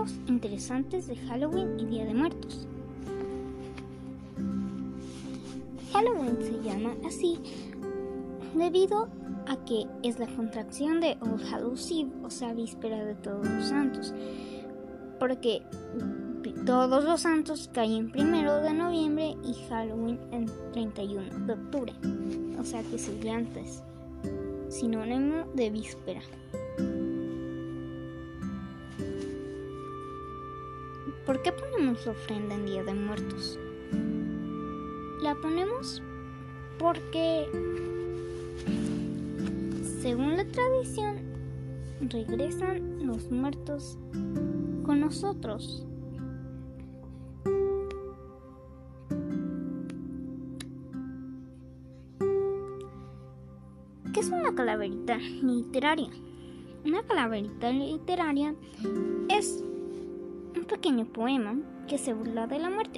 datos interesantes de Halloween y Día de Muertos. Halloween se llama así debido a que es la contracción de All Hallows Eve, o sea, víspera de Todos los Santos, porque Todos los Santos caen 1 de noviembre y Halloween en 31 de octubre, o sea que sería antes, sinónimo de víspera. ¿Por qué ponemos la ofrenda en Día de Muertos? La ponemos porque, según la tradición, regresan los muertos con nosotros. ¿Qué es una calaverita literaria? Una calaverita literaria es un pequeño poema que se burla de la muerte.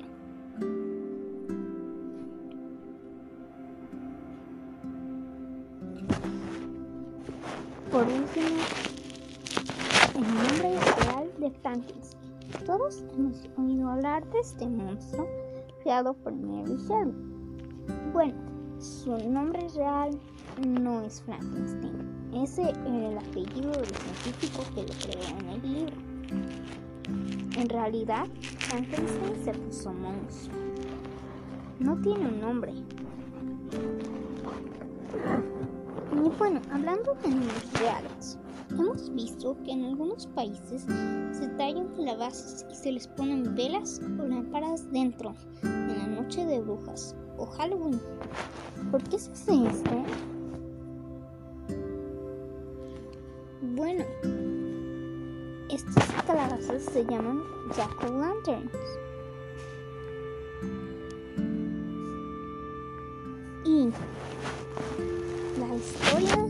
Por último, el nombre real de Frankenstein. Todos hemos oído hablar de este monstruo creado por Mary Shelley. Bueno, su nombre real no es Frankenstein. Ese era el apellido del científico que lo creó en el libro. En realidad, Frankenstein se puso monstruo. No tiene un nombre. Y bueno, hablando de nombres reales, hemos visto que en algunos países se tallan calabazas y se les ponen velas o lámparas dentro en la noche de brujas o Halloween. ¿Por qué se hace esto? Bueno, estas calabazas se llaman jack-o'-lanterns. Y la historia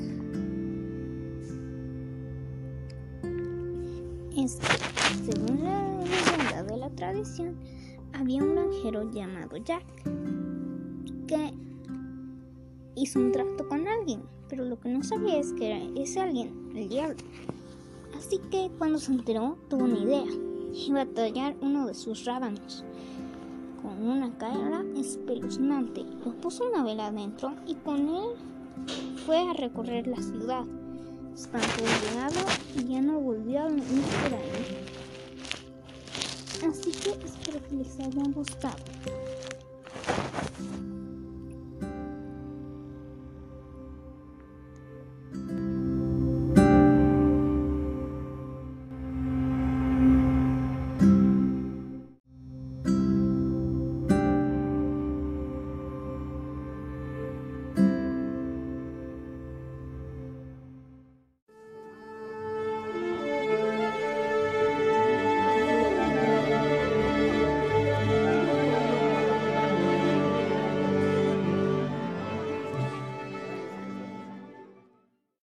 es que, según la leyenda de la tradición, había un granjero llamado Jack que hizo un trato con alguien, pero lo que no sabía es que era ese alguien el diablo. Así que cuando se enteró, tuvo una idea: iba a tallar uno de sus rábanos con una cara espeluznante. Le puso una vela adentro y con él fue a recorrer la ciudad. Espantó el diablo y ya no volvió a venir por ahí. Así que espero que les haya gustado.